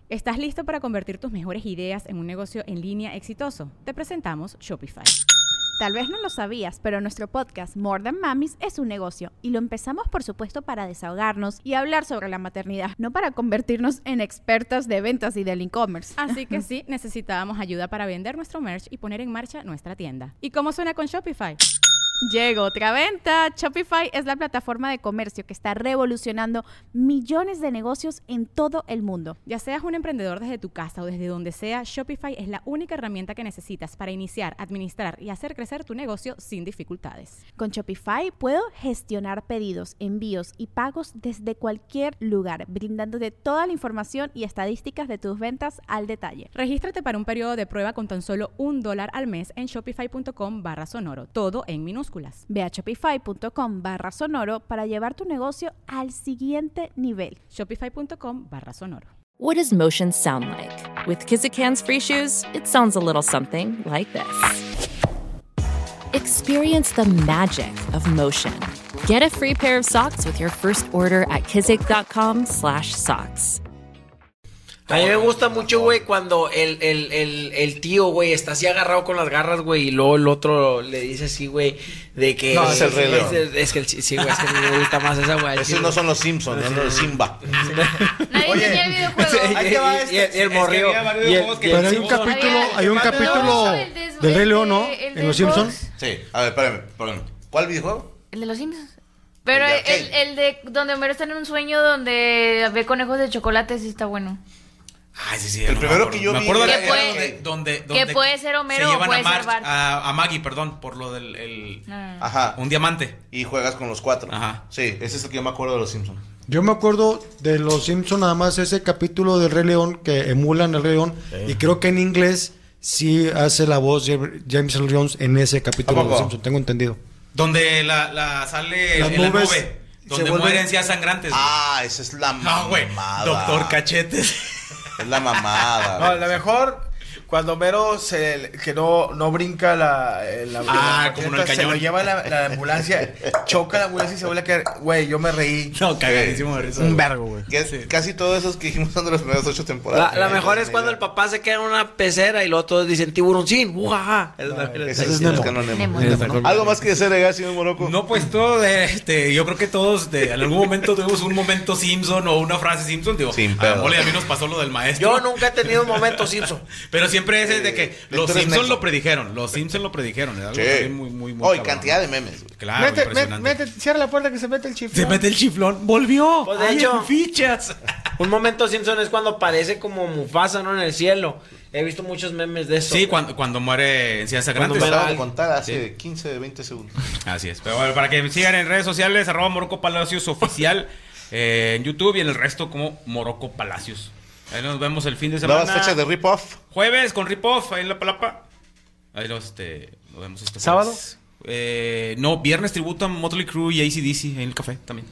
¿Estás listo para convertir tus mejores ideas en un negocio en línea exitoso? Te presentamos Shopify. Tal vez no lo sabías, pero nuestro podcast More Than Mamis es un negocio y lo empezamos por supuesto para desahogarnos y hablar sobre la maternidad, no para convertirnos en expertas de ventas y del e-commerce. Así que sí, necesitábamos ayuda para vender nuestro merch y poner en marcha nuestra tienda. ¿Y cómo suena con Shopify? Llegó otra venta. Shopify es la plataforma de comercio que está revolucionando millones de negocios en todo el mundo. Ya seas un emprendedor desde tu casa o desde donde sea, Shopify es la única herramienta que necesitas para iniciar, administrar y hacer crecer tu negocio sin dificultades. Con Shopify puedo gestionar pedidos, envíos y pagos desde cualquier lugar, brindándote toda la información y estadísticas de tus ventas al detalle. Regístrate para un periodo de prueba con tan solo $1 al mes en shopify.com/sonoro, todo en minúsculas. Ve a shopify.com/sonoro para llevar tu negocio al siguiente nivel. Shopify.com/sonoro. What does motion sound like? With Kizik hands-free shoes, it sounds a little something like this. Experience the magic of motion. Get a free pair of socks with your first order at kizik.com/socks. A mí me gusta mucho, güey, cuando el tío, güey, está así agarrado con las garras, güey, y luego el otro le dice así, güey, de que... No, es el Rey León. Es que sí, güey, es que me gusta más esa, güey. Esos no son los Simpsons, no los Simba. Nadie tenía el videojuego. Ahí te va y el morrillo. Pero hay un capítulo del Rey León, ¿no? En Los Simpsons. Sí, a ver, espérame. ¿Cuál videojuego? El de los Simpsons. Pero El de arcade. el de donde Homero está en un sueño donde ve conejos de chocolate, sí está bueno. Ay, sí. El primero que yo vi. Me acuerdo era- donde Que puede ser Homero se o llevan puede a Marge, ser Bart. a Maggie, perdón, por lo del Ajá. un diamante. Y juegas con los 4. Ajá. Sí, ese es el que yo me acuerdo de los Simpsons. Yo me acuerdo de Los Simpsons nada más ese capítulo del Rey León que emulan el Rey León. Y creo que en inglés sí hace la voz James Earl Jones en ese capítulo ¿A de poco? Los Simpsons, tengo entendido. Donde la sale Las en la nubes nube. Donde se vuelven- mueren ya sangrantes. Ah, esa es la No, güey. mamada. Doctor Cachetes. Es la mamada. No, güey. la mejor cuando Homero que no brinca la como en el se cañón. lo lleva la ambulancia, choca la ambulancia y se vuelve a caer. Güey, yo me reí. No, cagadísimo de risa. Un vergo, güey. Casi todos esos que dijimos son de las primeras 8 temporadas. La mejor es cuando el papá se queda en una pecera y luego todos dicen tiburoncín. ¡Ujaja! Ese es Nemo. Nemo. Nemo. ¿Algo más que decir, señor Morocco? No, pues todo yo creo que todos en algún momento tuvimos un momento Simpson o una frase Simpson. Digo, Sin a pedo. Mole y a mí nos pasó lo del maestro. Yo nunca he tenido un momento Simpson. Pero siempre ese de que los eres Simpson nexo. lo predijeron. Los Simpson lo predijeron. Es algo Sí. también muy Hoy, cabrón. cantidad de memes, güey. Claro, impresionante. Cierra la puerta que se mete el chiflón. Se mete el chiflón. ¡Volvió! Pues, de ¡Ay, hecho- en fichas! Un momento Simpson es cuando aparece como Mufasa, ¿no? En el cielo. He visto muchos memes de eso. Sí, cuando muere en Ciencias Cuando Grandes. muere- Acabo de contar hace 15, 20 segundos. Así es. Pero bueno, para que me sigan en redes sociales, @Morocco Palacios Oficial en YouTube y en el resto como Morocco Palacios. Ahí nos vemos el fin de semana. Nuevas fechas de rip-off. Jueves con Ripoff, ahí en La Palapa. Ahí nos vemos este ¿Sábado? jueves. No, viernes tributo a Motley Crue y AC/DC en el café también.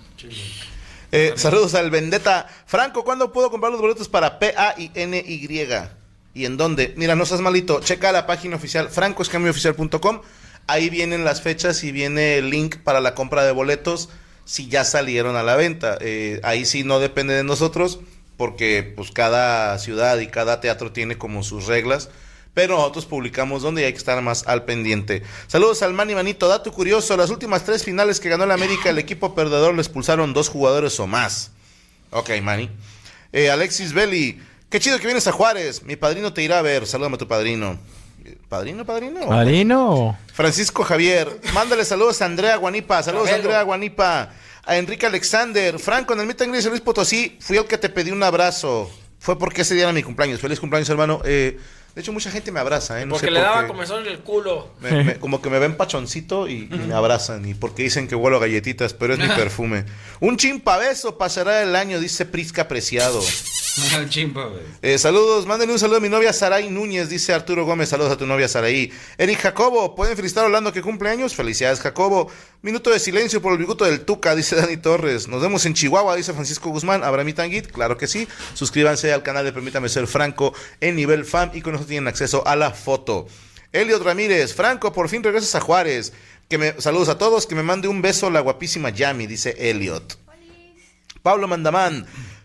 Saludos al Vendetta. Franco, ¿cuándo puedo comprar los boletos para PAINY? ¿Y en dónde? Mira, no seas malito. Checa la página oficial francoescambiooficial.com. Ahí vienen las fechas y viene el link para la compra de boletos si ya salieron a la venta. Ahí sí no depende de nosotros porque pues cada ciudad y cada teatro tiene como sus reglas. Pero nosotros publicamos donde y hay que estar más al pendiente. Saludos al Manny Manito. Dato curioso, las últimas 3 finales que ganó el América, el equipo perdedor le expulsaron 2 jugadores o más. Ok, Manny. Alexis Belli, qué chido que vienes a Juárez. Mi padrino te irá a ver. Salúdame a tu padrino. ¿Padrino? Marino. Francisco Javier, mándale saludos a Andrea Guanipa. Saludos a Chabelo. Andrea Guanipa. A Enrique Alexander. Franco, en el Meet and Greet de Luis Potosí, fui el que te pedí un abrazo. Fue porque ese día era mi cumpleaños. Feliz cumpleaños, hermano. De hecho, mucha gente me abraza, ¿eh? No Porque sé le por daba qué. comezón en el culo. Como que me ven pachoncito y me abrazan. Y porque dicen que huelo a galletitas, pero es mi perfume. Un chimpabeso pasará el año, dice Prisca Preciado. Chimpa, güey. Saludos, mándenle un saludo a mi novia Saraí Núñez, dice Arturo Gómez. Saludos a tu novia Saraí. Eric Jacobo, ¿pueden felicitar a Orlando que cumple años? Felicidades, Jacobo. Minuto de silencio por el bigote del Tuca, dice Dani Torres. Nos vemos en Chihuahua, dice Francisco Guzmán. ¿Habrá meet and greet? Claro que sí. Suscríbanse al canal de Permítame Ser Franco en nivel fan y con eso tienen acceso a la foto. Eliot Ramírez, Franco, por fin regresas a Juárez. Saludos a todos, que me mande un beso la guapísima Yami, dice Eliot. Pablo Mandamán,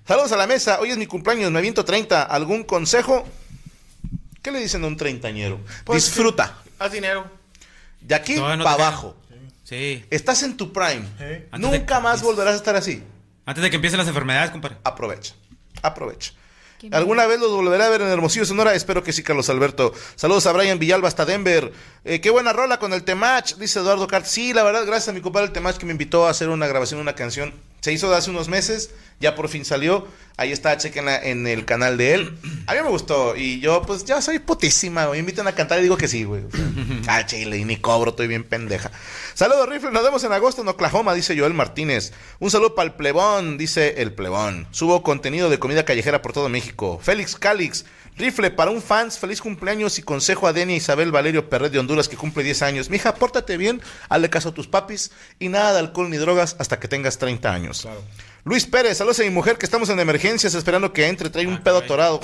Saludos a la mesa. Hoy es mi cumpleaños, me aviento 30. ¿Algún consejo? ¿Qué le dicen a un treintañero? Pues disfruta. Haz dinero. De aquí Todavía no para te abajo. Sí. Estás en tu prime. Sí. Nunca más volverás a estar así. Antes de que empiecen las enfermedades, compadre. Aprovecha. ¿Alguna vez los volveré a ver en Hermosillo, Sonora? Espero que sí, Carlos Alberto. Saludos a Brian Villalba hasta Denver. Qué buena rola con el Temach, dice Eduardo Cart. Sí, la verdad, gracias a mi compadre el Temach que me invitó a hacer una grabación de una canción. Se hizo de hace unos meses, ya por fin salió. Ahí está, chequenla en el canal de él. A mí me gustó y yo pues ya soy putísima, güey. Me invitan a cantar y digo que sí, güey. O sea, chile, y ni cobro, estoy bien pendeja. Saludos, Rifle, nos vemos en agosto en Oklahoma, dice Joel Martínez. Un saludo para el plebón, dice el plebón. Subo contenido de comida callejera por todo México. Félix Calix, Rifle, para un fans, feliz cumpleaños y consejo a Denia Isabel Valerio Perret de Honduras que cumple 10 años. Mija, pórtate bien, hazle caso a tus papis y nada de alcohol ni drogas hasta que tengas 30 años. Claro. Luis Pérez, saludos a mi mujer que estamos en emergencias esperando que entre, trae un pedo atorado.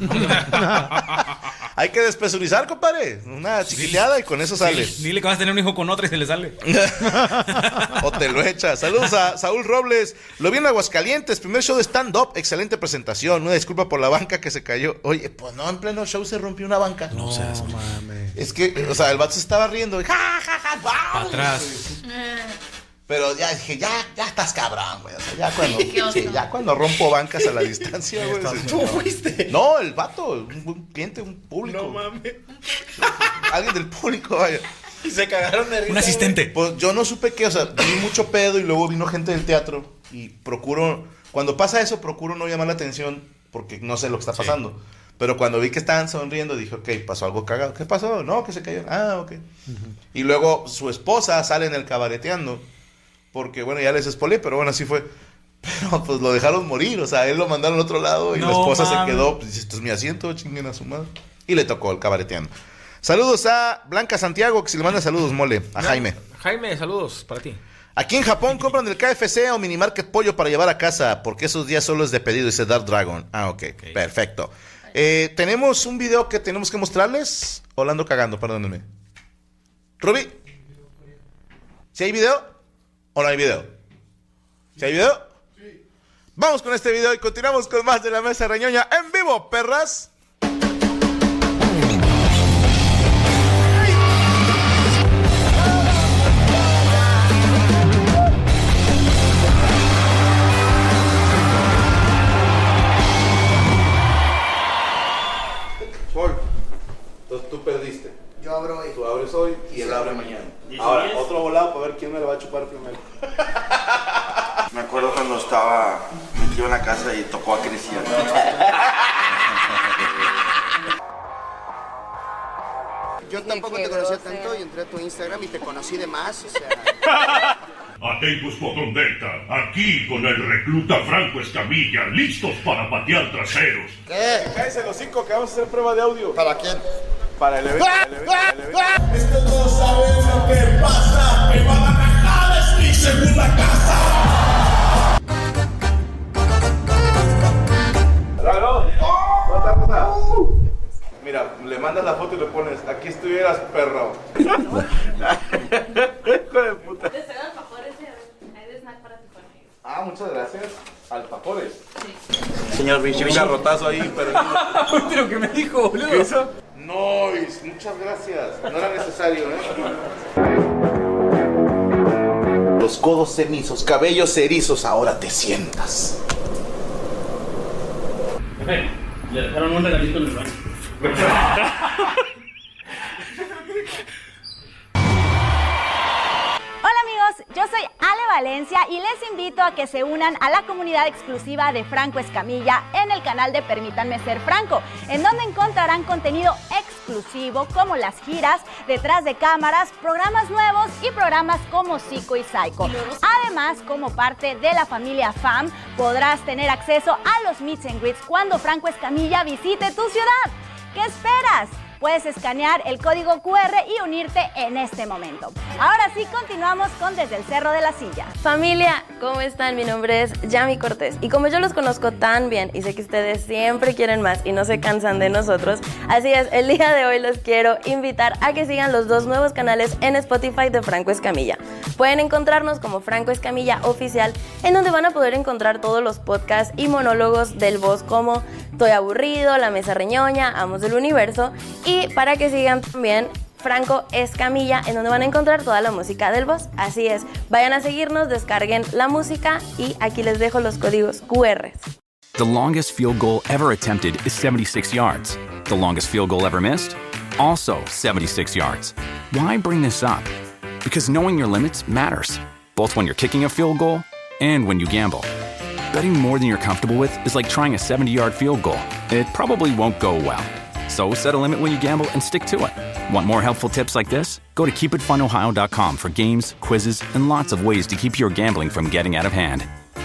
Hay que despresurizar, compadre. Una chiquileada y con eso sale. Dile que vas a tener un hijo con otra y se le sale. O te lo echa. Saludos a Saúl Robles. Lo vi en Aguascalientes, primer show de stand-up, excelente presentación. Una disculpa por la banca que se cayó. Oye, pues no, en pleno show se rompió una banca. No mames. Es que, o sea, el vato se estaba riendo. Ja, ja, ja, wow. Atrás. Pero ya dije, ya estás cabrón, güey. O sea, ya cuando rompo bancas a la distancia, güey. ¿Tú fuiste? No, el vato, un cliente, un público. No mames. Alguien del público, vaya. Y se cagaron de risa. Un asistente. Pues yo no supe qué, o sea, vi mucho pedo y luego vino gente del teatro. Y cuando pasa eso, procuro no llamar la atención porque no sé lo que está pasando. Sí. Pero cuando vi que estaban sonriendo, dije, ok, pasó algo cagado. ¿Qué pasó? No, que se cayó. Ah, ok. Y luego su esposa sale en el cabareteando. Porque, bueno, ya les spoilé, pero bueno, así fue. Pero, pues, lo dejaron morir. O sea, él lo mandaron al otro lado y la esposa se quedó. Pues, esto es mi asiento, chinguen a su madre. Y le tocó el cabareteando. Saludos a Blanca Santiago, que se le manda saludos, mole. A Jaime. Jaime, saludos para ti. Aquí en Japón compran del KFC o Minimarket pollo para llevar a casa, porque esos días solo es de pedido, dice Dark Dragon. Ah, ok. Perfecto. Tenemos un video que tenemos que mostrarles. O la ando cagando, perdónenme. Ruby, ¿si hay video? ¿O no hay video? ¿Si hay video? Sí. Vamos con este video y continuamos con más de La Mesa Reñoña en vivo, perras. Sol, entonces tú perdiste. Yo abro hoy. Tú abres hoy y él abre mañana. Ahora, otro volado para ver quién me lo va a chupar primero. Me acuerdo cuando estaba metido en la casa y tocó a Cristian. Yo tampoco te conocía tanto y entré a tu Instagram y te conocí de más, o sea... Atentos Fotón Delta, aquí con el recluta Franco Escamilla, listos para patear traseros. ¿Qué? Cállese los 5 que vamos a hacer prueba de audio. ¿Para quién? Para el evento. Estos no saben lo que pasa, que Guadalajara es mi segunda casa. ¡Bravo! Mira, le mandas la foto y le pones, aquí estuvieras, perro. Hijo de puta. Te cedo alfajores, hay de snack para ti con ellos. Ah, muchas gracias. Alfajores. Sí. Señor Richie, un garrotazo ahí, pero... Pero que me dijo, boludo. ¿Qué hizo? No, muchas gracias. No era necesario, Los codos cenizos, cabellos erizos, ahora te sientas. Le dejaron un regalito en el baño. Hola amigos, yo soy Ale Valencia y les invito a que se unan a la comunidad exclusiva de Franco Escamilla en el canal de Permítanme Ser Franco, en donde encontrarán contenido exclusivo como las giras, detrás de cámaras, programas nuevos y programas como Psico y Psycho. Además, como parte de la familia FAM, podrás tener acceso a los meets and greets cuando Franco Escamilla visite tu ciudad. ¿Qué esperas? Puedes escanear el código QR y unirte en este momento. Ahora sí, continuamos con Desde el Cerro de la Silla. Familia, ¿cómo están? Mi nombre es Yami Cortés y como yo los conozco tan bien y sé que ustedes siempre quieren más y no se cansan de nosotros, así es, el día de hoy los quiero invitar a que sigan los 2 nuevos canales en Spotify de Franco Escamilla. Pueden encontrarnos como Franco Escamilla Oficial, en donde van a poder encontrar todos los podcasts y monólogos del boss como Estoy Aburrido, La Mesa Reñoña, Amos del Universo, y para que sigan también Franco Escamilla, en donde van a encontrar toda la música del boss. Así es, vayan a seguirnos, descarguen la música y aquí les dejo los códigos QR. The longest field goal ever attempted is 76 yards. The longest field goal ever missed? Also 76 yards. Why bring this up? Because knowing your limits matters, both when you're kicking a field goal and when you gamble. Betting more than you're comfortable with is like trying a 70-yard field goal. It probably won't go well. So set a limit when you gamble and stick to it. Want more helpful tips like this? Go to keepitfunohio.com for games, quizzes, and lots of ways to keep your gambling from getting out of hand.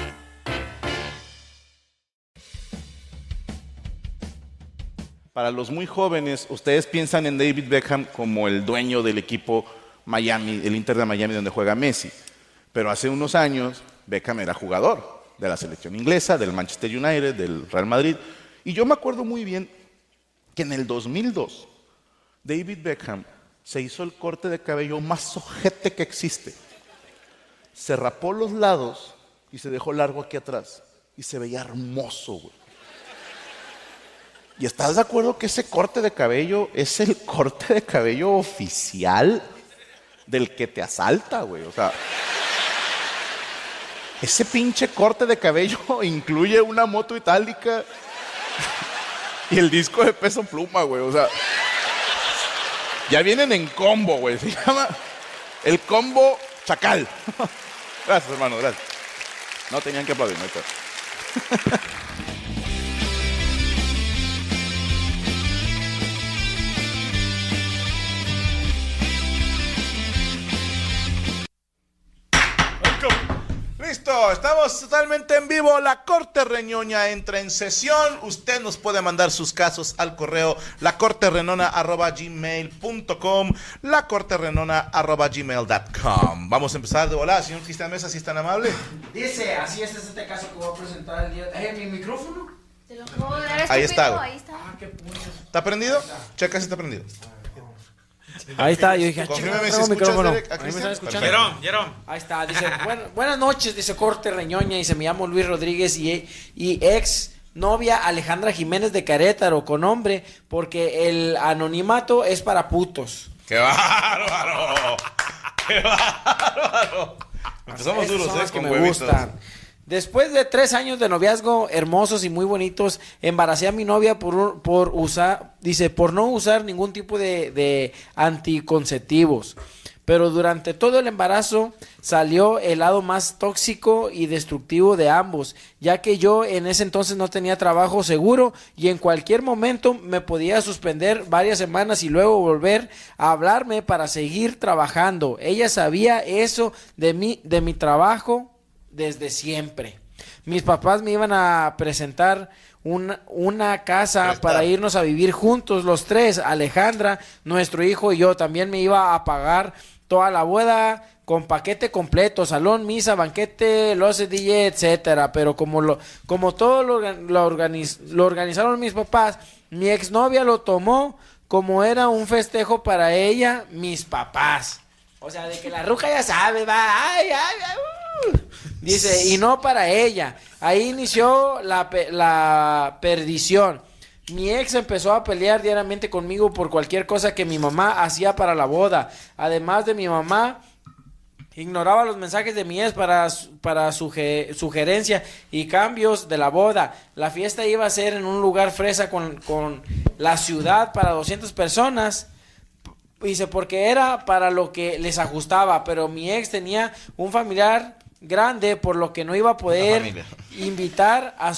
Para los muy jóvenes, ustedes piensan en David Beckham como el dueño del equipo Miami, el Inter de Miami donde juega Messi. Pero hace unos años, Beckham era jugador de la selección inglesa, del Manchester United, del Real Madrid. Y yo me acuerdo muy bien que en el 2002, David Beckham se hizo el corte de cabello más ojete que existe. Se rapó los lados y se dejó largo aquí atrás. Y se veía hermoso, güey. ¿Y estás de acuerdo que ese corte de cabello es el corte de cabello oficial del que te asalta, güey? O sea, ese pinche corte de cabello incluye una moto itálica y el disco de Peso Pluma, güey. O sea, ya vienen en combo, güey. Se llama el combo Chacal. Gracias, hermano, gracias. No tenían que aplaudir, no hay pedo. Listo, estamos totalmente en vivo. La Corte Reñoña entra en sesión. Usted nos puede mandar sus casos al correo lacorterenona@gmail.com, lacorterenona@gmail.com. Vamos a empezar de volada, señor Cristian Mesa, si es tan amable. Dice, así es este caso que voy a presentar el día. ¿Mi micrófono? Te lo acabo de dar, Ahí está, güey. ahí está. Qué puños. ¿Está prendido? Checa si está prendido. Ahí está, yo dije, confírmeme si escuchas, Derek, ¿Ahí me están escuchando? Jerón. Ahí está, dice, buenas noches, dice Corte Reñoña, dice, me llamo Luis Rodríguez y ex novia Alejandra Jiménez de Querétaro, con nombre, porque el anonimato es para putos. ¡Qué bárbaro! ¡Qué bárbaros! Empezamos duros, son las que con me huevitos. gustan. Después de 3 años de noviazgo hermosos y muy bonitos, embaracé a mi novia por no usar ningún tipo de anticonceptivos. Pero durante todo el embarazo salió el lado más tóxico y destructivo de ambos, ya que yo en ese entonces no tenía trabajo seguro y en cualquier momento me podía suspender varias semanas y luego volver a hablarme para seguir trabajando. Ella sabía eso de mi trabajo desde siempre. Mis papás me iban a presentar una casa para irnos a vivir juntos los 3, Alejandra, nuestro hijo y yo. También me iba a pagar toda la boda con paquete completo, salón, misa, banquete, luces, DJ, etcétera. Pero como todo lo organizaron mis papás, mi exnovia lo tomó como era un festejo para ella, mis papás. O sea, de que la ruca ya sabe, va, dice, y no para ella. Ahí inició la perdición. Mi ex empezó a pelear diariamente conmigo por cualquier cosa que mi mamá hacía para la boda. Además de mi mamá, ignoraba los mensajes de mi ex para sugerencia y cambios de la boda. La fiesta iba a ser en un lugar fresa con la ciudad para 200 personas. Dice, porque era para lo que les ajustaba, pero mi ex tenía un familiar grande, por lo que no iba a poder invitar a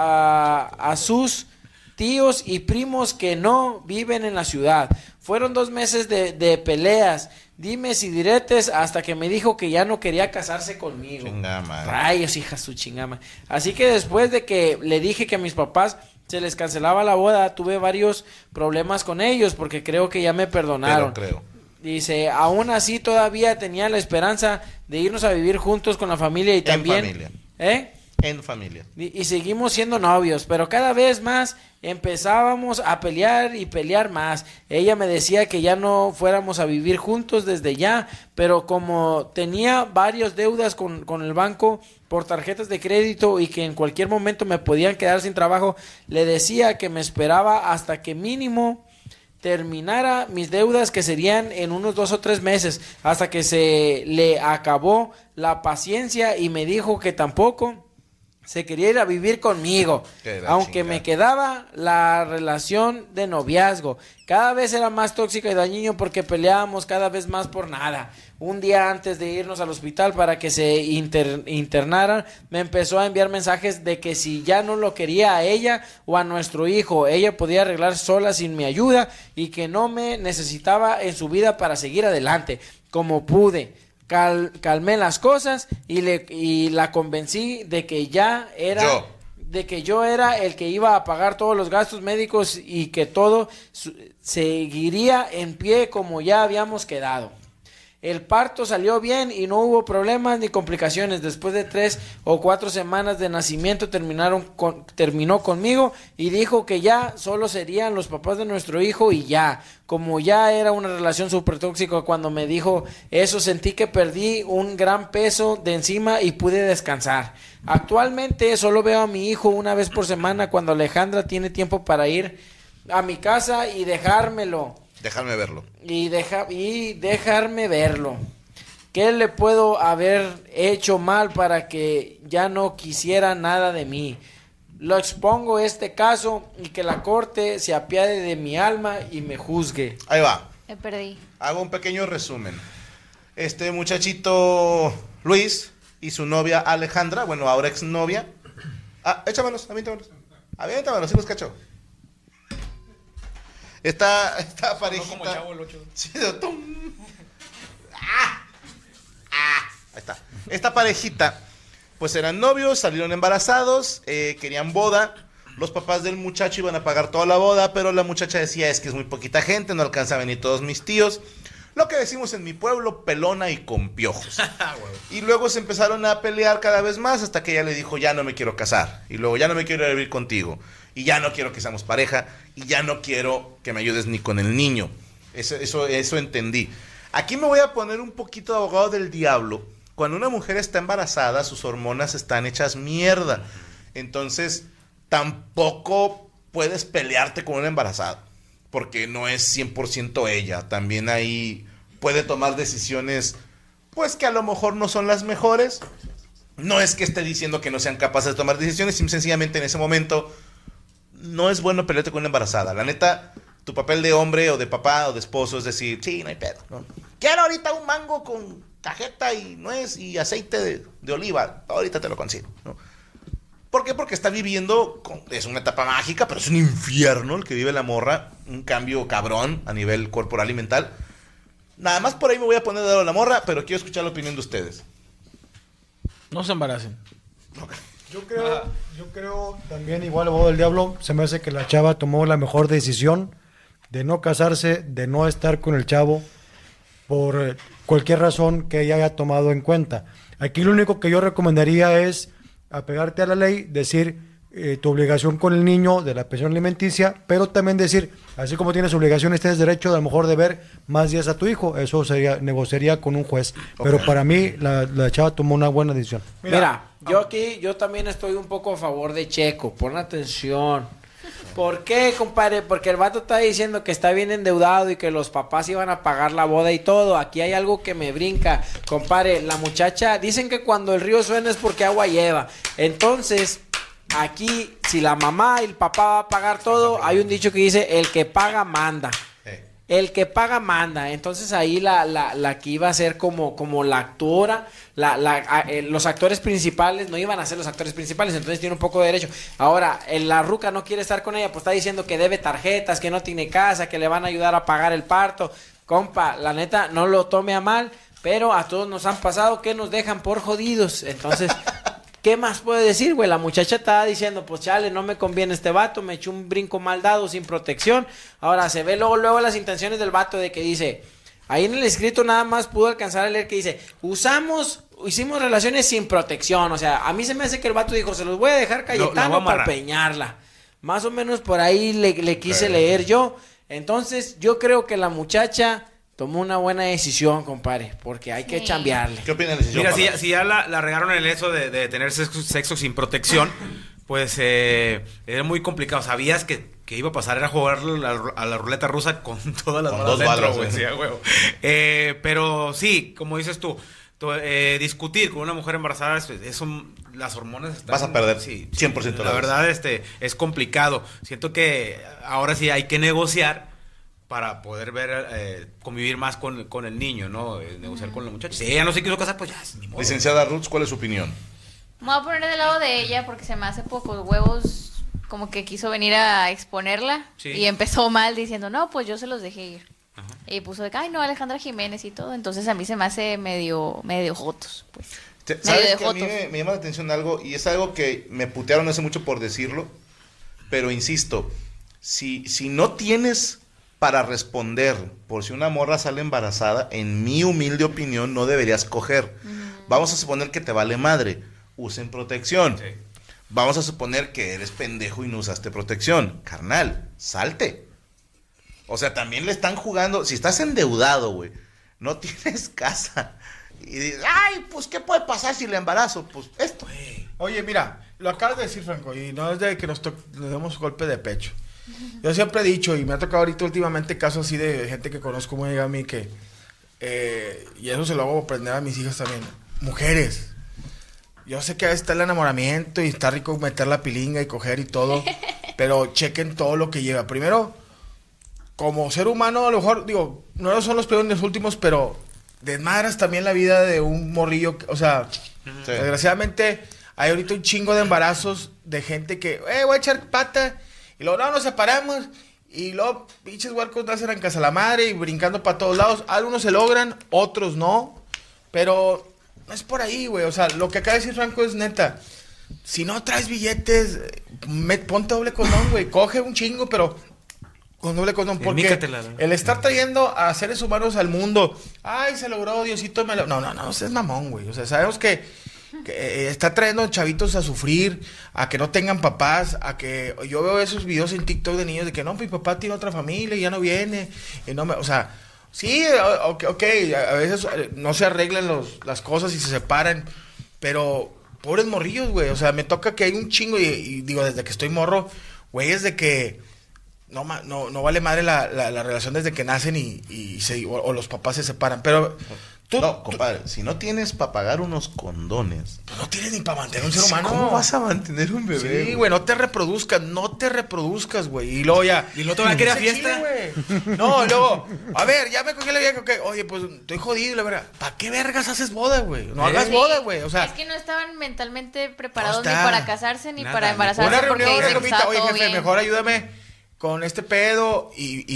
sus tíos y primos que no viven en la ciudad. Fueron 2 meses de peleas, dimes y diretes, hasta que me dijo que ya no quería casarse conmigo. Chingama. Rayos, hija su chingama. Así que después de que le dije que mis papás se les cancelaba la boda, tuve varios problemas con ellos porque creo que ya me perdonaron. Creo. Dice, aún así todavía tenía la esperanza de irnos a vivir juntos con la familia y también... familia. En familia. Y seguimos siendo novios, pero cada vez más empezábamos a pelear y pelear más. Ella me decía que ya no fuéramos a vivir juntos desde ya, pero como tenía varias deudas con el banco por tarjetas de crédito y que en cualquier momento me podían quedar sin trabajo, le decía que me esperaba hasta que mínimo terminara mis deudas, que serían en unos 2 o 3 meses, hasta que se le acabó la paciencia y me dijo que tampoco se quería ir a vivir conmigo, aunque me quedaba la relación de noviazgo. Cada vez era más tóxica y dañino porque peleábamos cada vez más por nada. Un día antes de irnos al hospital para que se internaran, me empezó a enviar mensajes de que si ya no lo quería a ella o a nuestro hijo, ella podía arreglar sola sin mi ayuda y que no me necesitaba en su vida para seguir adelante, como pude. Calmé las cosas y la convencí de que yo era el que iba a pagar todos los gastos médicos y que todo seguiría en pie como ya habíamos quedado. El parto salió bien y no hubo problemas ni complicaciones. Después de 3 o 4 semanas de nacimiento terminó conmigo y dijo que ya solo serían los papás de nuestro hijo y ya. Como ya era una relación súper tóxica, cuando me dijo eso sentí que perdí un gran peso de encima y pude descansar. Actualmente solo veo a mi hijo una vez por semana cuando Alejandra tiene tiempo para ir a mi casa y dejármelo. Dejarme verlo. Y dejarme verlo. ¿Qué le puedo haber hecho mal para que ya no quisiera nada de mí? Lo expongo este caso y que la corte se apiade de mi alma y me juzgue. Ahí va. Me perdí. Hago un pequeño resumen. Este muchachito Luis y su novia Alejandra, bueno, ahora exnovia. Échamelos, aviéntamelos, sí los cacho. Esta parejita. No como Chavo el 8. Sí, ahí está. Esta parejita, pues eran novios, salieron embarazados, querían boda. Los papás del muchacho iban a pagar toda la boda, pero la muchacha decía, es que es muy poquita gente, no alcanza a venir todos mis tíos. Lo que decimos en mi pueblo, pelona y con piojos. Y luego se empezaron a pelear cada vez más hasta que ella le dijo, ya no me quiero casar. Y luego, ya no me quiero ir a vivir contigo. Y ya no quiero que seamos pareja. Y ya no quiero que me ayudes ni con el niño. Eso entendí. Aquí me voy a poner un poquito de abogado del diablo. Cuando una mujer está embarazada, sus hormonas están hechas mierda. Entonces, tampoco puedes pelearte con una embarazada. Porque no es 100% ella. También ahí puede tomar decisiones, pues que a lo mejor no son las mejores. No es que esté diciendo que no sean capaces de tomar decisiones, sencillamente en ese momento no es bueno pelearte con una embarazada. La neta, tu papel de hombre o de papá o de esposo es decir, sí, no hay pedo, ¿no? Quiero ahorita un mango con cajeta y nuez y aceite de oliva. Ahorita te lo consigo, ¿no? ¿Por qué? Porque está viviendo, es una etapa mágica, pero es un infierno el que vive la morra. Un cambio cabrón a nivel corporal y mental. Nada más por ahí me voy a poner de lado la morra, pero quiero escuchar la opinión de ustedes. No se embaracen. Okay. Yo creo también, igual abogado del diablo, se me hace que la chava tomó la mejor decisión de no casarse, de no estar con el chavo por cualquier razón que ella haya tomado en cuenta. Aquí lo único que yo recomendaría es apegarte a la ley, decir tu obligación con el niño de la pensión alimenticia, pero también decir, así como tienes obligaciones, tienes derecho a lo mejor de ver más días a tu hijo. Eso negociaría con un juez. Okay. Pero para mí la chava tomó una buena decisión. Mira, yo también estoy un poco a favor de Checo. Pon atención. ¿Por qué, compadre? Porque el vato está diciendo que está bien endeudado y que los papás iban a pagar la boda y todo. Aquí hay algo que me brinca, compadre. La muchacha, dicen que cuando el río suena es porque agua lleva. Entonces, aquí, si la mamá y el papá va a pagar todo, hay un dicho que dice, el que paga manda. El que paga manda. Entonces ahí la que iba a ser como la actora, los actores principales no iban a ser los actores principales, entonces tiene un poco de derecho. Ahora, la ruca no quiere estar con ella, pues está diciendo que debe tarjetas, que no tiene casa, que le van a ayudar a pagar el parto. Compa, la neta, no lo tome a mal, pero a todos nos han pasado que nos dejan por jodidos. Entonces, ¿qué más puede decir, güey? La muchacha estaba diciendo, pues chale, no me conviene este vato, me echó un brinco mal dado, sin protección. Ahora se ve luego las intenciones del vato de que dice, ahí en el escrito nada más pudo alcanzar a leer que dice, hicimos relaciones sin protección. O sea, a mí se me hace que el vato dijo, se los voy a dejar Cayetano para peñarla. Más o menos por ahí le quise leer yo. Entonces, yo creo que la muchacha tomó una buena decisión, compadre, porque hay que chambearle. ¿Qué opinas de la decisión? Mira, si ya la regaron en eso de tener sexo sin protección, pues era muy complicado. Sabías que iba a pasar, era jugar a la ruleta rusa con todas las balas dentro, güey. Sí, pero sí, como dices tú, discutir con una mujer embarazada, las hormonas están... Vas a perder 100% la verdad, es complicado. Siento que ahora sí hay que negociar para poder convivir más con el niño, ¿no? Negociar con la muchacha. Si ella no se quiso casar, pues ya, ni modo. Licenciada Roots, ¿cuál es su opinión? Me voy a poner del lado de ella porque se me hace pocos huevos, como que quiso venir a exponerla y empezó mal diciendo, no, pues yo se los dejé ir. Ajá. Y puso de que, ay, no, Alejandra Jiménez y todo. Entonces a mí se me hace medio jotos, pues. ¿Sabes que a mí me llama la atención algo? Y es algo que me putearon hace mucho por decirlo, pero insisto, si no tienes para responder por si una morra sale embarazada, en mi humilde opinión, no deberías coger. Vamos a suponer que te vale madre. Usen protección. Sí. Vamos a suponer que eres pendejo y no usaste protección. Carnal, salte. O sea, también le están jugando. Si estás endeudado, güey, no tienes casa. Y dices, ay, pues, ¿qué puede pasar si le embarazo? Pues, esto. Oye, mira, lo acabas de decir, Franco, y no es de que nos demos golpe de pecho. Yo siempre he dicho, y me ha tocado ahorita últimamente casos así de gente que conozco muy a mí que... y eso se lo hago aprender a mis hijas también. Mujeres. Yo sé que a veces está el enamoramiento y está rico meter la pilinga y coger y todo, pero chequen todo lo que lleva. Primero, como ser humano, a lo mejor, digo, no son los peores ni los últimos, pero desmadras también la vida de un morrillo. O sea, desgraciadamente hay ahorita un chingo de embarazos de gente que, voy a echar pata, y luego no, nos separamos, y luego pinches huercos nacen en casa la madre y brincando para todos lados. Algunos se logran, otros no, pero no es por ahí, güey. O sea, lo que acaba de decir Franco es neta. Si no traes billetes, ponte doble condón, güey. Coge un chingo, pero con doble condón. Porque el estar trayendo a seres humanos al mundo, ay, se logró, Diosito me lo... No, es mamón, güey. O sea, sabemos que está trayendo chavitos a sufrir, a que no tengan papás, a que... Yo veo esos videos en TikTok de niños de que no, mi papá tiene otra familia y ya no viene. Y no me... O sea... Sí, ok, a veces no se arreglan las cosas y se separan, pero pobres morrillos, güey. O sea, me toca que hay un chingo y digo, desde que estoy morro, güey, es de que no vale madre la relación desde que nacen o los papás se separan. Pero no, compadre, si no tienes para pagar unos condones, pues no tienes ni para mantener un ser humano. ¿Cómo vas a mantener un bebé? Sí, güey, no te reproduzcas, güey. Y luego ya. ¿Y no te van a querer a fiesta? No, luego, a ver, ya me cogí la vieja, okay. Oye, pues estoy jodido, la verdad. ¿Para qué vergas haces boda, güey? No hagas boda, güey. O sea, es que no estaban mentalmente preparados ni para casarse ni para embarazarse. Una reunión, oye, jefe, mejor ayúdame con este pedo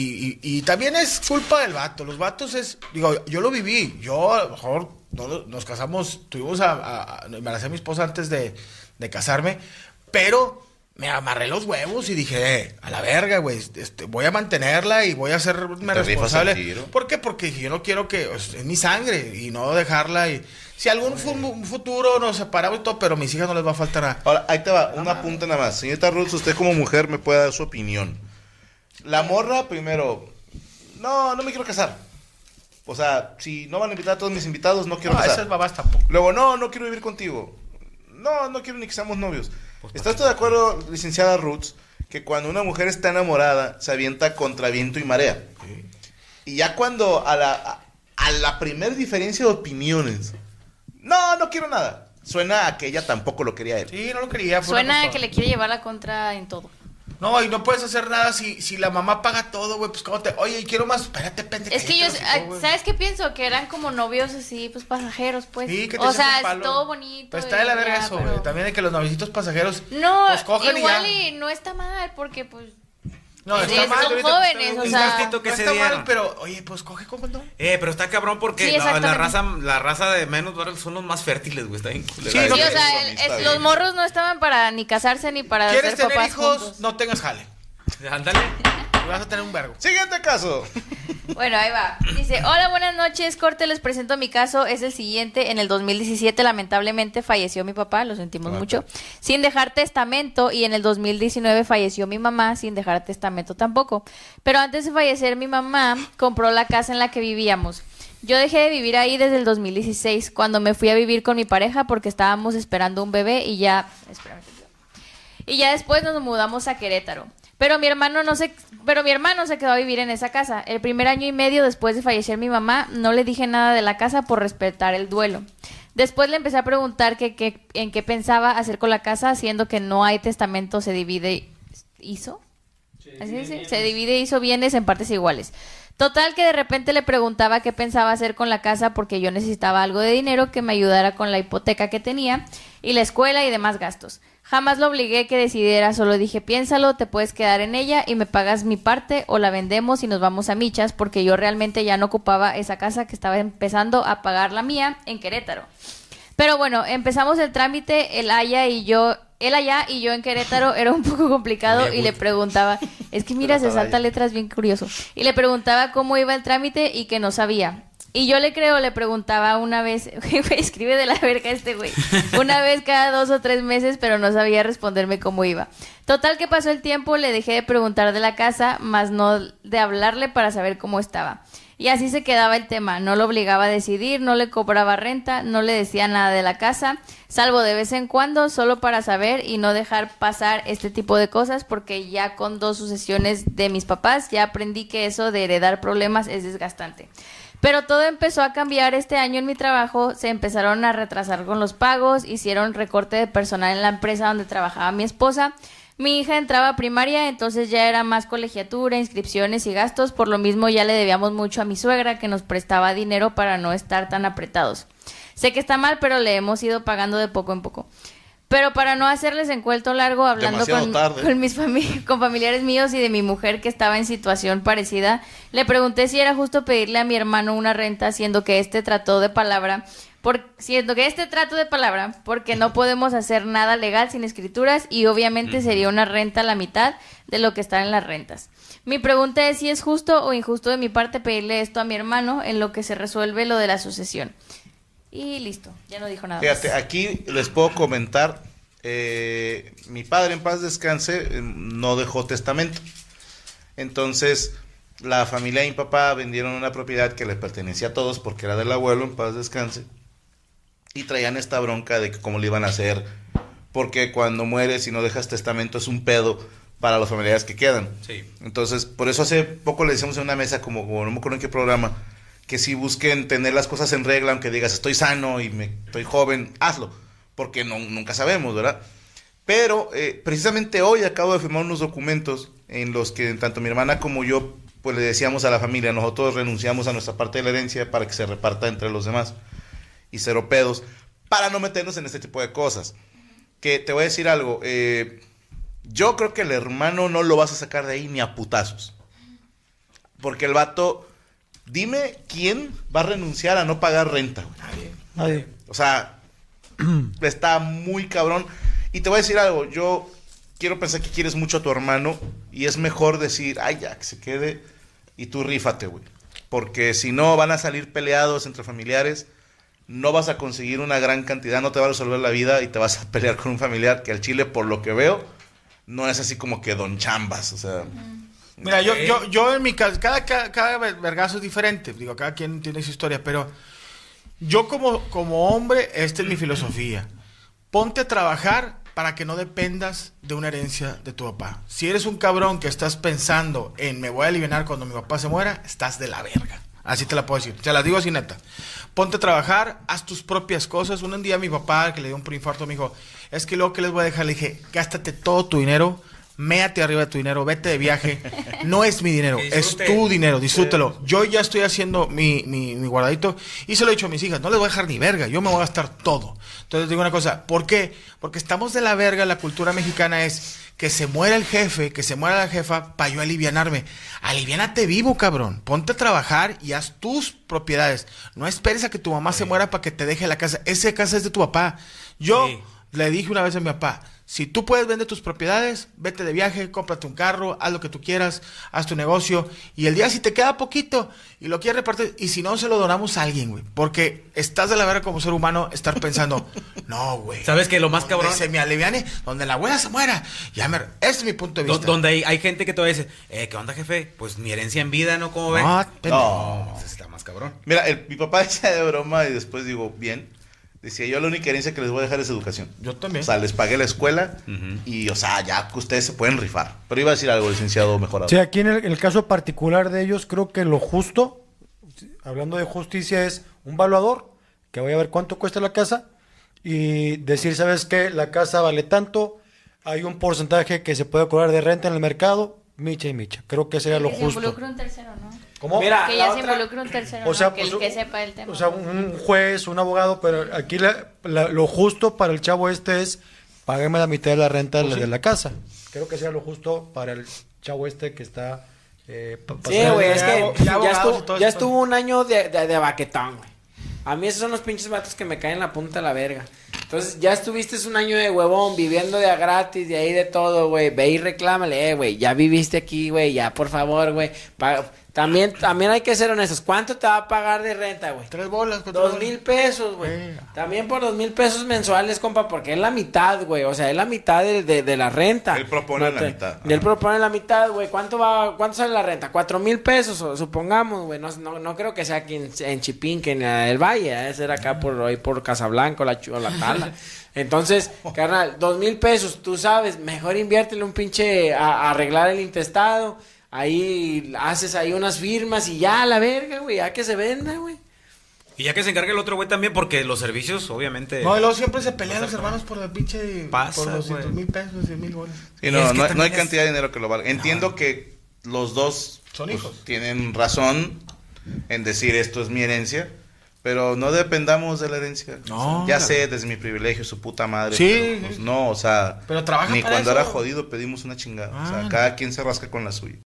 y también es culpa del vato. Los vatos digo, yo lo viví. Yo a lo mejor nos casamos, embaracé a mi esposa antes de casarme, pero me amarré los huevos y dije, a la verga, güey, voy a mantenerla y voy a hacerme responsable. ¿Por qué? Porque yo no quiero que, es mi sangre y no dejarla y... Si algún futuro nos separamos y todo, pero a mis hijas no les va a faltar nada. Ahora, ahí te va, una punta nada más. Señorita Ruth, usted como mujer me puede dar su opinión. La morra, primero, no me quiero casar. O sea, si no van a invitar a todos mis invitados, no quiero casar. Esas babas tampoco. Luego, no quiero vivir contigo. No quiero ni que seamos novios. ¿Estás de acuerdo, licenciada Ruth, que cuando una mujer está enamorada, se avienta contra viento y marea? Sí. Y ya cuando a la primer diferencia de opiniones, no quiero nada, suena a que ella tampoco lo quería él. Sí, no lo quería. Suena a que le quiere llevar la contra en todo. No, y no puedes hacer nada si la mamá paga todo, güey, pues cómo oye, quiero más, espérate, pendejo. Es que yo, ¿sabes qué pienso? Que eran como novios así, pues pasajeros, pues. Sí, que te o sea, es todo bonito. Pues está de la verga eso, güey. También de que los novicitos pasajeros no, pues cogen igual y no está mal, porque pues No, Sí, está mal. son ahorita, jóvenes, o El sea, gastito que no se está dieron. mal, pero, oye, pues coge con condón. Pero está cabrón porque Sí, la exactamente. raza de menos barrio son los más fértiles, güey. Está bien culero. Sí, Sí, no, o sea, los morros no estaban para ni casarse ni para ¿Quieres ser tener papás hijos? juntos. No tengas jale. Ándale. Vas a tener un vergo. Siguiente caso. Bueno, ahí va. Dice, hola, buenas noches, corte, les presento mi caso, es el siguiente. En el 2017 lamentablemente falleció mi papá, lo sentimos mucho, sin dejar testamento, y en el 2019 falleció mi mamá sin dejar testamento tampoco. Pero antes de fallecer mi mamá compró la casa en la que vivíamos. Yo dejé de vivir ahí desde el 2016, cuando me fui a vivir con mi pareja porque estábamos esperando un bebé y ya... Y ya después nos mudamos a Querétaro. Pero mi hermano se quedó a vivir en esa casa. El primer año y medio después de fallecer mi mamá, no le dije nada de la casa por respetar el duelo. Después le empecé a preguntar en qué pensaba hacer con la casa, siendo que no hay testamento, se divide... ¿Hizo? ¿Así dice? Se divide y hizo bienes en partes iguales. Total que de repente le preguntaba qué pensaba hacer con la casa porque yo necesitaba algo de dinero que me ayudara con la hipoteca que tenía y la escuela y demás gastos. Jamás lo obligué que decidiera, solo dije, piénsalo, te puedes quedar en ella y me pagas mi parte o la vendemos y nos vamos a Michas, porque yo realmente ya no ocupaba esa casa que estaba empezando a pagar la mía en Querétaro. Pero bueno, empezamos el trámite, él allá y yo en Querétaro era un poco complicado y le preguntaba, es que mira, se salta letras bien curioso, y le preguntaba cómo iba el trámite y que no sabía. Y yo le preguntaba una vez, güey, escribe de la verga este güey, una vez cada 2 o 3 meses, pero no sabía responderme cómo iba. Total que pasó el tiempo, le dejé de preguntar de la casa, más no de hablarle para saber cómo estaba. Y así se quedaba el tema, no lo obligaba a decidir, no le cobraba renta, no le decía nada de la casa, salvo de vez en cuando, solo para saber y no dejar pasar este tipo de cosas, porque ya con 2 sucesiones de mis papás ya aprendí que eso de heredar problemas es desgastante. Pero todo empezó a cambiar este año en mi trabajo, se empezaron a retrasar con los pagos, hicieron recorte de personal en la empresa donde trabajaba mi esposa. Mi hija entraba a primaria, entonces ya era más colegiatura, inscripciones y gastos, por lo mismo ya le debíamos mucho a mi suegra que nos prestaba dinero para no estar tan apretados. Sé que está mal, pero le hemos ido pagando de poco en poco. Pero para no hacerles en cuento largo, hablando con familiares míos y de mi mujer que estaba en situación parecida, le pregunté si era justo pedirle a mi hermano una renta, siendo que este trato de palabra, porque no podemos hacer nada legal sin escrituras y obviamente sería una renta a la mitad de lo que están en las rentas. Mi pregunta es si es justo o injusto de mi parte pedirle esto a mi hermano en lo que se resuelve lo de la sucesión. Y listo, ya no dijo nada. Fíjate, más. aquí les puedo comentar, mi padre en paz descanse no dejó testamento. Entonces la familia de mi papá vendieron una propiedad que le pertenecía a todos porque era del abuelo en paz descanse. Y traían esta bronca de que cómo le iban a hacer, porque cuando mueres y no dejas testamento es un pedo para los familiares que quedan. Sí. Entonces, por eso hace poco le decíamos en una mesa, como no me acuerdo en qué programa, que si busquen tener las cosas en regla, aunque digas estoy sano y estoy joven, hazlo, porque nunca sabemos, ¿verdad? Pero precisamente hoy acabo de firmar unos documentos en los que tanto mi hermana como yo pues le decíamos a la familia, nosotros renunciamos a nuestra parte de la herencia para que se reparta entre los demás y cero pedos, para no meternos en este tipo de cosas. Que te voy a decir algo, yo creo que el hermano no lo vas a sacar de ahí ni a putazos, porque el vato, dime quién va a renunciar a no pagar renta, güey. Nadie. O sea, está muy cabrón. Y te voy a decir algo, yo quiero pensar que quieres mucho a tu hermano y es mejor decir, ay, ya, que se quede y tú rífate, güey. Porque si no van a salir peleados entre familiares, no vas a conseguir una gran cantidad, no te va a resolver la vida y te vas a pelear con un familiar que al chile, por lo que veo, no es así como que don chambas, o sea... Mira, yo en mi caso, cada vergazo es diferente, digo, cada quien tiene su historia, pero yo como hombre, esta es mi filosofía. Ponte a trabajar para que no dependas de una herencia de tu papá. Si eres un cabrón que estás pensando en me voy a aliviar cuando mi papá se muera, estás de la verga. Así te la puedo decir, te la digo así neta. Ponte a trabajar, haz tus propias cosas. Un día mi papá, que le dio un preinfarto, me dijo, es que luego que les voy a dejar, le dije, gástate todo tu dinero, méate arriba de tu dinero, vete de viaje. No es mi dinero, es tu dinero, disfrútalo. Yo ya estoy haciendo mi guardadito y se lo he dicho a mis hijas, no les voy a dejar ni verga, yo me voy a gastar todo. Entonces digo una cosa, ¿por qué? Porque estamos de la verga, la cultura mexicana es que se muera el jefe, que se muera la jefa, para yo alivianarme. Aliviánate vivo, cabrón. Ponte a trabajar y haz tus propiedades. No esperes a que tu mamá se muera para que te deje la casa. Esa casa es de tu papá. Yo le dije una vez a mi papá, si tú puedes vender tus propiedades, vete de viaje, cómprate un carro, haz lo que tú quieras, haz tu negocio, y el día si te queda poquito y lo quieres repartir, y si no, se lo donamos a alguien, güey, porque estás de la verga como ser humano estar pensando, no, güey. ¿Sabes que lo más cabrón? Se me aliviane, donde la abuela se muera, ese es mi punto de vista. Donde hay gente que todavía dice, ¿qué onda, jefe? Pues mi herencia en vida, ¿no? ¿Cómo ven? No, está más cabrón. Mira, mi papá decía de broma y después digo, bien. Decía, yo la única herencia que les voy a dejar es educación. Yo también. O sea, les pagué la escuela y, o sea, ya que ustedes se pueden rifar. Pero iba a decir algo, licenciado mejorado. Sí, aquí en el caso particular de ellos, creo que lo justo, hablando de justicia, es un valuador que vaya a ver cuánto cuesta la casa y decir, ¿sabes qué? La casa vale tanto, hay un porcentaje que se puede cobrar de renta en el mercado, micha y micha. Creo que sería lo Que se justo. involucre un tercero, ¿no? ¿Cómo? Mira, que ya se involucre un tercero, o sea, ¿no? Que pues, el que sepa el tema. O sea, un juez, un abogado, pero aquí lo justo para el chavo es págame la mitad de la renta de la casa. Creo que sea lo justo para el chavo que está... sí, güey, es que ya estuvo un año de baquetón, güey. A mí esos son los pinches vatos que me caen en la punta de la verga. Entonces, ya estuviste un año de huevón, viviendo de a gratis, de ahí de todo, güey. Ve y reclámale, güey, ya viviste aquí, güey, ya, por favor, güey. También hay que ser honestos. ¿Cuánto te va a pagar de renta, güey? 3 bolas. 2,000 pesos, güey. También por 2,000 pesos mensuales, compa, porque es la mitad, güey. O sea, es la mitad de la renta. Él propone la mitad. Él propone la mitad, güey. ¿Cuánto sale la renta? 4,000 pesos, supongamos, güey. No creo que sea aquí en Chipinque, en el Valle. Debe ser acá por Casablanca o la Tala. Entonces, carnal, 2,000 pesos, tú sabes, mejor inviértele un pinche a arreglar el intestado. Ahí haces ahí unas firmas y ya, la verga, güey, ya que se venda, güey. Y ya que se encargue el otro güey también, porque los servicios, obviamente... No, y luego siempre se pelean los hermanos por el pinche... Pasa, por 200,000 pesos, 100,000 bolas. Sí, no hay cantidad de dinero que lo valga. Entiendo que los dos son hijos. Tienen razón en decir esto es mi herencia, pero no dependamos de la herencia. No, ya sé, desde mi privilegio, su puta madre. Sí. Pero, pues, no, o sea... Pero trabaja ni para cuando eso. era jodido pedimos una chingada. O sea, cada quien se rasca con la suya.